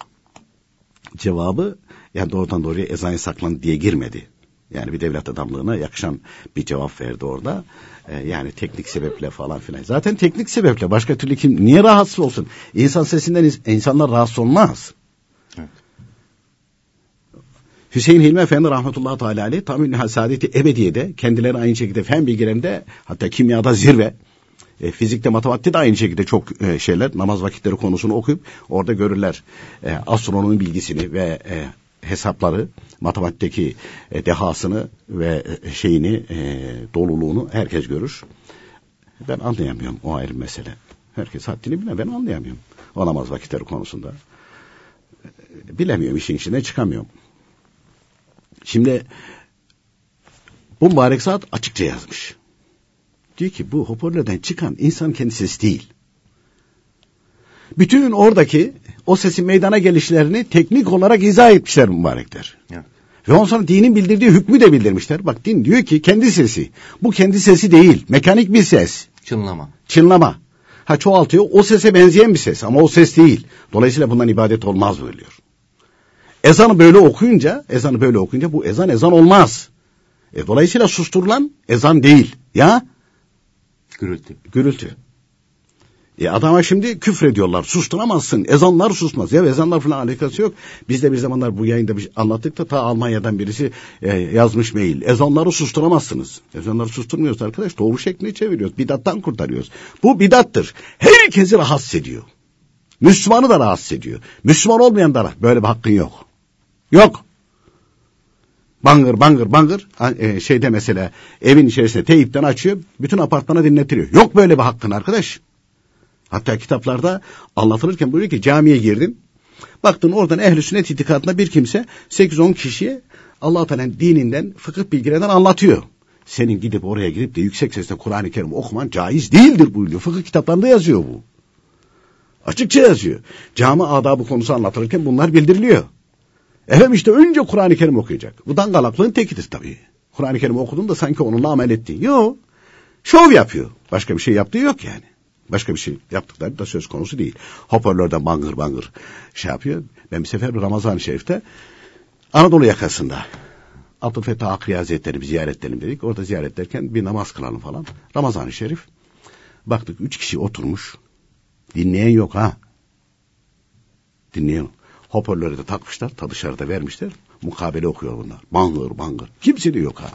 Cevabı yani doğrudan doğruya ezan yasaklandı diye girmedi. Yani bir devlet adamlığına yakışan bir cevap verdi orada. Yani teknik sebeple falan filan. Zaten teknik sebeple, başka türlü kim niye rahatsız olsun? İnsan sesinden insanlar rahatsız olmaz. Evet. Hüseyin Hilmi Efendi rahmetullahi teala aleyh Tamim-i Saadeti Ebediye'de kendileri aynı şekilde fen bilgilerinde, hatta kimyada zirve, fizikte, matematikte de aynı şekilde çok namaz vakitleri konusunu okuyup orada görürler astronomi bilgisini ve hesapları, matematikteki dehasını ve doluluğunu herkes görür. Ben anlayamıyorum, o ayrı mesele. Herkes haddini bilen, ben anlayamıyorum o namaz vakitleri konusunda. Bilemiyorum, işin içinden çıkamıyorum. Şimdi bu mübarek zat açıkça yazmış. Diyor ki bu hoparlörden çıkan insan kendi sesi değil. Bütün oradaki o sesin meydana gelişlerini teknik olarak izah etmişler mübarekler. Evet. Ve ondan sonra dinin bildirdiği hükmü de bildirmişler. Bak din diyor ki kendi sesi. Bu kendi sesi değil. Mekanik bir ses. Çınlama. Çoğaltıyor. O sese benzeyen bir ses ama o ses değil. Dolayısıyla bundan ibadet olmaz buyuruyor. Ezanı böyle okuyunca bu ezan olmaz. Dolayısıyla susturulan ezan değil. Ya? Gürültü. Adama şimdi küfrediyorlar. Susturamazsın. Ezanlar susmaz. Ya ezanlar falan alakası yok. Biz de bir zamanlar bu yayında bir anlattık da ta Almanya'dan birisi yazmış mail. Ezanları susturamazsınız. Ezanları susturmuyoruz arkadaş. Doğru şeklini çeviriyoruz. Bidattan kurtarıyoruz. Bu bidattır. Herkesi rahatsız ediyor. Müslümanı da rahatsız ediyor. Müslüman olmayan da böyle bir hakkın yok. Yok. Bangır. Mesela evin içerisinde teyipten açıyor. Bütün apartmana dinletiyor. Yok böyle bir hakkın arkadaş. Hatta kitaplarda anlatılırken buyuruyor ki camiye girdin. Baktın oradan ehl-i sünnet itikadına bir kimse 8-10 kişiye Allah-u Teala'nın dininden, fıkıh bilgilerinden anlatıyor. Senin gidip oraya gidip de yüksek sesle Kur'an-ı Kerim okuman caiz değildir buyuruyor. Fıkıh kitaplarında yazıyor bu. Açıkça yazıyor. Cami adabı konusu anlatılırken bunlar bildiriliyor. Efendim işte önce Kur'an-ı Kerim okuyacak. Bu dangalaklığın tekidir tabii. Kur'an-ı Kerim okudun da sanki onunla amel ettin. Yok. Şov yapıyor. Başka bir şey yaptığı yok yani. Başka bir şey yaptıkları da söz konusu değil. Hoparlörden bangır bangır şey yapıyor. Ben bir sefer Ramazan-ı Şerif'te Anadolu yakasında Abdülfettah Akriye Hazretleri bir ziyaret edelim dedik. Orada ziyaret ederken bir namaz kılalım falan. Ramazan-ı Şerif. Baktık 3 kişi oturmuş. Dinleyen yok ha. Dinleyen yok. Hoparlörü de takmışlar. Ta dışarıda vermişler. Mukabele okuyor bunlar. Bangır bangır. Kimse de yok ha.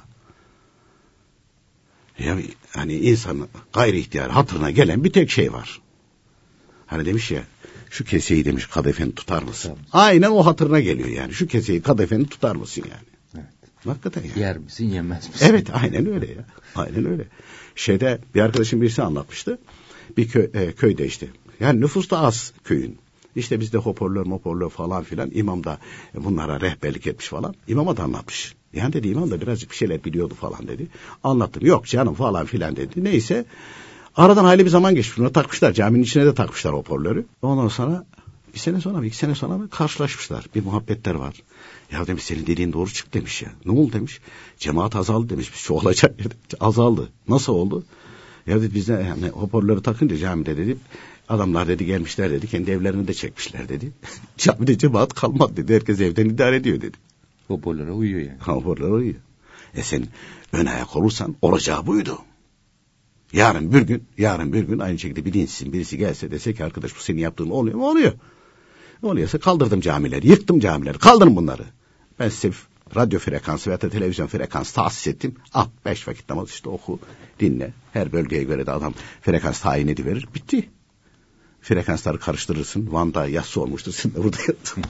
Ya hani insanın gayri ihtiyar hatırına gelen bir tek şey var. Hani demiş ya şu keseyi demiş kadefeni tutar mısın? Tamam. Aynen o hatırına geliyor yani. Şu keseyi kadefeni tutar mısın yani? Evet. Hakikaten yani. Yer misin yemez misin? Evet aynen öyle ya. Aynen öyle. Bir arkadaşım birisi anlatmıştı. Bir köyde işte. Yani nüfus da az köyün. İşte bizde hoparlör falan filan. İmam da bunlara rehberlik etmiş falan. İmama da anlatmış. Yani dedi imam da birazcık bir şeyler biliyordu falan dedi. Anlattım. Yok canım falan filan dedi. Neyse. Aradan hayli bir zaman geçmiş. Buna takmışlar. Caminin içine de takmışlar hoparlörü. Ondan sonra bir sene sonra mı karşılaşmışlar. Bir muhabbetler var. Ya demiş senin dediğin doğru çıktı demiş ya. Ne oldu demiş. Cemaat azaldı demiş. Bir şey olacak azaldı. Nasıl oldu? Ya dedi bizde yani hoparlörü takınca camide dedi. Adamlar dedi gelmişler dedi. Kendi evlerini de çekmişler dedi. Camide cemaat kalmadı dedi. Herkes evden idare ediyor dedi. Hoparlöre uyuyor yani. Hoparlöre uyuyor. Sen ön ayak olursan olacağı buydu. Yarın bir gün aynı şekilde bir dinsizin birisi gelse dese ki arkadaş bu senin yaptığın oluyor mu? Oluyor. Oluyorsa kaldırdım camileri, yıktım camileri, kaldırın bunları. Ben size radyo frekansı veya televizyon frekansı tahsis ettim. 5 vakit namaz işte oku, dinle. Her bölgeye göre de adam frekans tayin ediverir. Bitti. Frekansları karıştırırsın. Van'da yassı olmuştur. Sen de burada yattın.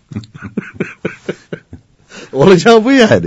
Olacağı bu yani.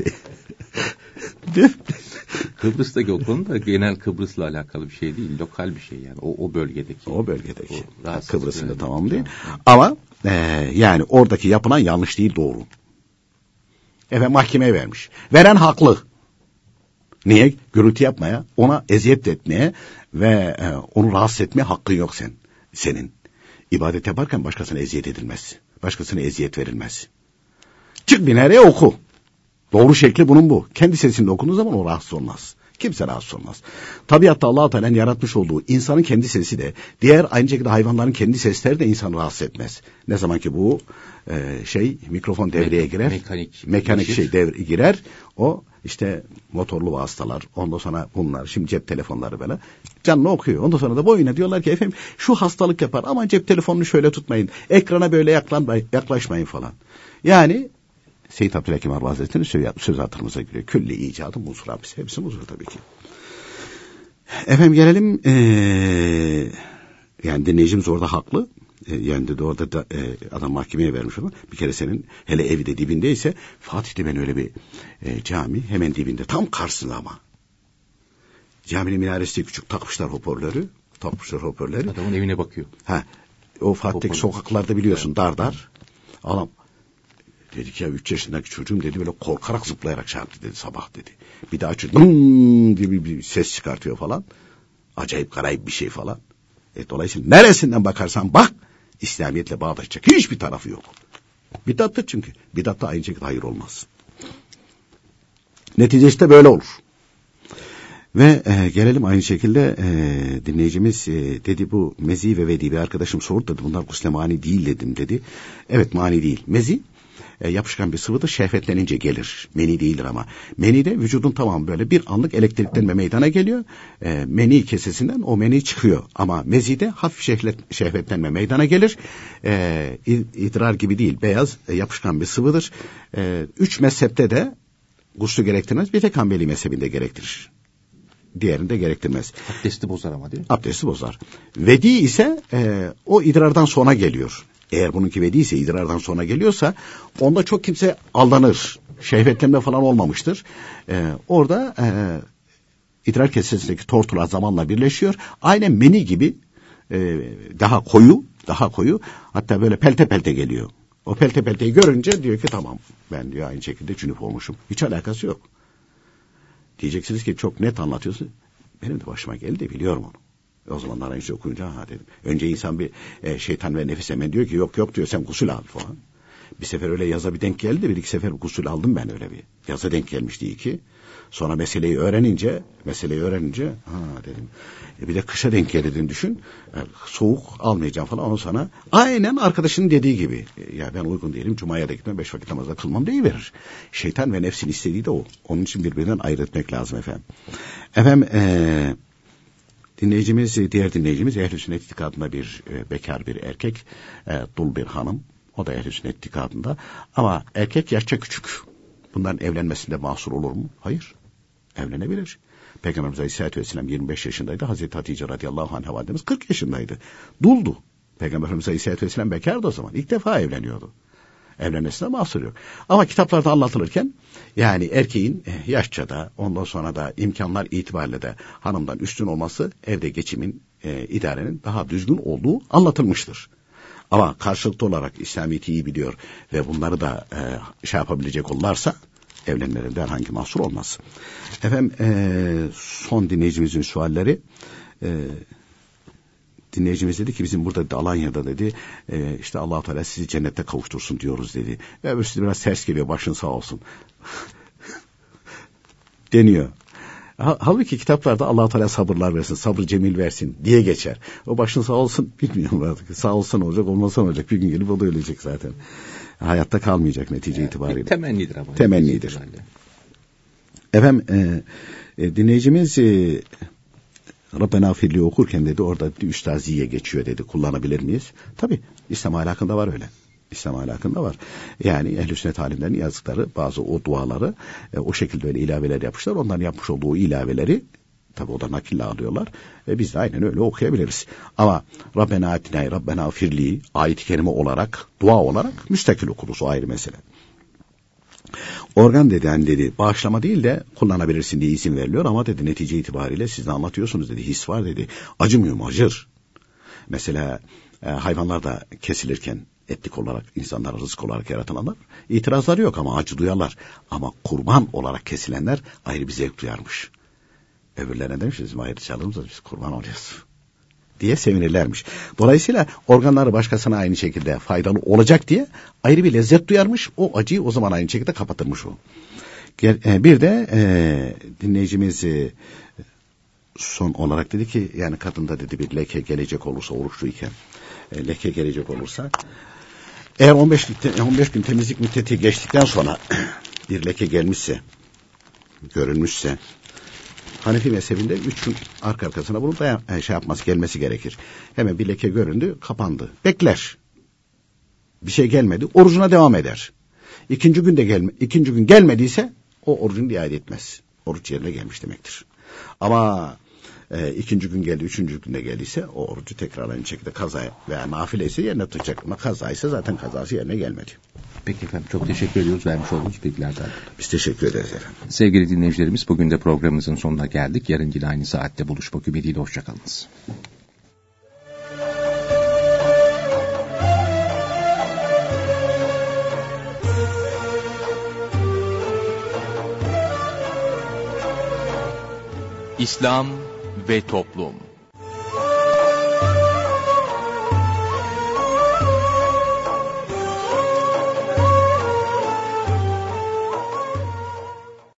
Kıbrıs'taki o konu da genel Kıbrıs'la alakalı bir şey değil. Lokal bir şey yani. O bölgedeki. O bölgedeki. Kıbrıs'ın da tamam değil. Ama yani oradaki yapılan yanlış değil doğru. Mahkemeye vermiş. Veren haklı. Niye? Gürültü yapmaya, ona eziyet etmeye ve onu rahatsız etmeye hakkın yok senin. İbadet yaparken başkasına eziyet edilmez. Başkasına eziyet verilmez. Çık bir nereye oku. Doğru şekli bunun bu. Kendi sesinde okuduğu zaman o rahatsız olmaz. Kimse rahatsız olmaz. Tabiatta Allah-u Teala'nın yaratmış olduğu insanın kendi sesi de, diğer aynı şekilde hayvanların kendi sesleri de insanı rahatsız etmez. Ne zaman ki bu mikrofon devreye girer, mekanik şey devreye girer, o işte motorlu vasıtalar, ondan sonra bunlar, şimdi cep telefonları böyle canlı okuyor. Ondan sonra da boyuna diyorlar ki efendim şu hastalık yapar ama cep telefonunu şöyle tutmayın, ekrana böyle yaklaşmayın falan. Yani Seyyid Abdülhakim Arba Hazretleri'nin söz hatırımıza giriyor. Külli icadı muzur abisi. Hepsi muzur tabii ki. Efendim gelelim yani dinleyicimiz orada haklı. Yani de orada da adam mahkemeye vermiş ama bir kere senin hele evi de dibindeyse Fatih'te ben öyle bir cami hemen dibinde tam karşısında ama. Caminin minaresi küçük takmışlar hoparlörü. Adamın evine bakıyor. O Fatih'teki sokaklarda biliyorsun dar. Adam dedi ki ya 3 yaşındaki çocuğum dedi böyle korkarak zıplayarak çarptı dedi sabah dedi. Bir daha açıyor diye bir ses çıkartıyor falan. Acayip garayip bir şey falan. Dolayısıyla neresinden bakarsan bak İslamiyetle bağdaşacak hiçbir tarafı yok. Bidattır çünkü. Bidatta aynı şekilde hayır olmaz. Neticesi de böyle olur. Ve gelelim aynı şekilde dinleyicimiz dedi bu mezi ve vedi bir arkadaşım sordu dedi bunlar gusle mani değil dedim dedi. Evet mani değil. Mezi yapışkan bir sıvıdır şehvetlenince gelir. Meni değildir ama. Meni de vücudun tamamı böyle bir anlık elektriklenme meydana geliyor. Meni kesesinden o meni çıkıyor. Ama mezide hafif şehvetlenme meydana gelir. İdrar gibi değil beyaz yapışkan bir sıvıdır. 3 mezhepte de guslü gerektirmez. Bir tek Hanbeli mezhebinde gerektirir. Diğerinde gerektirmez. Abdesti bozar ama değil mi? Abdesti bozar. Vedi ise o idrardan sonra geliyor. Eğer bununki vedi ise idrardan sonra geliyorsa onda çok kimse aldanır. Şehvetlenme falan olmamıştır. Orada idrar kesesindeki tortular zamanla birleşiyor. Aynen meni gibi daha koyu hatta böyle pelte pelte geliyor. O pelteyi görünce diyor ki tamam, ben diyor aynı şekilde cünüp olmuşum. Hiç alakası yok. Diyeceksiniz ki çok net anlatıyorsun. Benim de başıma geldi, biliyorum onu. O zamanlar aynı şey okuyunca dedim. Önce insan bir şeytan ve nefis hemen diyor ki yok diyor, sen gusül al falan. Bir sefer öyle yaza bir denk geldi. 1-2 sefer gusül aldım ben, öyle bir. Yaza denk gelmişti 2. Sonra meseleyi öğrenince dedim. Bir de kışa denk geldiğini düşün. Soğuk almayacağım falan, onu sana. Aynen arkadaşının dediği gibi. Ya ben uygun değilim, Cuma'ya da gitmem, 5 vakit namazda kılmam deyiverir. Şeytan ve nefsin istediği de o. Onun için birbirinden ayırt etmek lazım efendim. Efendim diğer dinleyicimiz Ehl-i Sünnet itikadında bir bekar bir erkek, dul bir hanım. O da Ehl-i Sünnet itikadında. Ama erkek yaşça küçük. Bunların evlenmesinde mahsur olur mu? Hayır. Evlenebilir. Peygamberimiz Aleyhisselatü Vesselam 25 yaşındaydı. Hazreti Hatice radıyallahu anha validemiz 40 yaşındaydı. Duldu. Peygamberimiz Aleyhisselatü Vesselam bekardı o zaman. İlk defa evleniyordu. Evlenmesine mahsur yok. Ama kitaplarda anlatılırken yani erkeğin yaşça da, ondan sonra da imkanlar itibariyle de hanımdan üstün olması, evde geçimin, idarenin daha düzgün olduğu anlatılmıştır. Ama karşılıklı olarak İslamiyet'i iyi biliyor ve bunları da yapabilecek olurlarsa evlenmelerinde herhangi mahsur olmaz. Efendim son dinleyicimizin sualleri. Dinleyicimiz dedi ki bizim burada Alanya'da dedi işte Allah-u Teala sizi cennette kavuştursun diyoruz dedi. Ve öbürsü biraz ters geliyor, başın sağ olsun deniyor. Halbuki kitaplarda Allah-u Teala sabırlar versin, sabır cemil versin diye geçer. O başın sağ olsun bilmiyorum artık. Sağ olsan olacak, olmasa olacak. Bir gün gelip o da ölecek zaten. Hayatta kalmayacak netice itibariyle. Temennidir ama. Temennidir. Efendim dinleyicimiz Rabbena firli okurken dedi orada üstaziye geçiyor dedi. Kullanabilir miyiz? Tabii İslam ahlakında var öyle. İslam ahlakında var. Yani Ehl-i Sünnet alimlerinin yazdıkları bazı o duaları o şekilde öyle ilaveler yapmışlar. Onların yapmış olduğu ilaveleri tabi o da nakille alıyorlar. Biz de aynen öyle okuyabiliriz. Ama Rabbena atinay, Rabbena firli ayet-i kerime olarak, dua olarak müstakil okuruz. O ayrı mesele. Organ dedi bağışlama değil de kullanabilirsin diye izin veriliyor ama dedi netice itibariyle siz de anlatıyorsunuz dedi, his var dedi. Acımıyor mu? Acır. Mesela hayvanlar da kesilirken etnik olarak insanlara rızık olarak yaratılanlar itirazları yok ama acı duyarlar. Ama kurban olarak kesilenler ayrı bir zevk duyarmış. Öbürlerine demiş bizim ayrı çaldığımızda biz kurban oluyoruz diye sevinirlermiş. Dolayısıyla organları başkasına aynı şekilde faydalı olacak diye ayrı bir lezzet duyarmış. O acıyı o zaman aynı şekilde kapatırmış o. Bir de dinleyicimiz son olarak dedi ki yani kadında dedi bir leke gelecek olursa oruçluyken leke gelecek olursa eğer 15 gün temizlik müddeti geçtikten sonra bir leke gelmişse, görülmüşse Hanefi mezhebinde 3 gün arka arkasına bunu yapması, gelmesi gerekir. Hemen bir leke göründü, kapandı. Bekler. Bir şey gelmedi, orucuna devam eder. İkinci gün gelmediyse o orucunu iade etmez. Oruç yerine gelmiş demektir. Ama ikinci gün geldi, üçüncü günde geldiyse o orucu tekrar aynı şekilde kaza veya nafile ise yerine tutacak. Ama kaza ise zaten kazası yerine gelmedi. Peki efendim, çok teşekkür ediyoruz vermiş olduğunuz bilgilerden. Biz teşekkür ederiz efendim. Sevgili dinleyicilerimiz, bugün de programımızın sonuna geldik. Yarın yine aynı saatte buluşmak ümidiyle hoşçakalınız. İslam ve Toplum.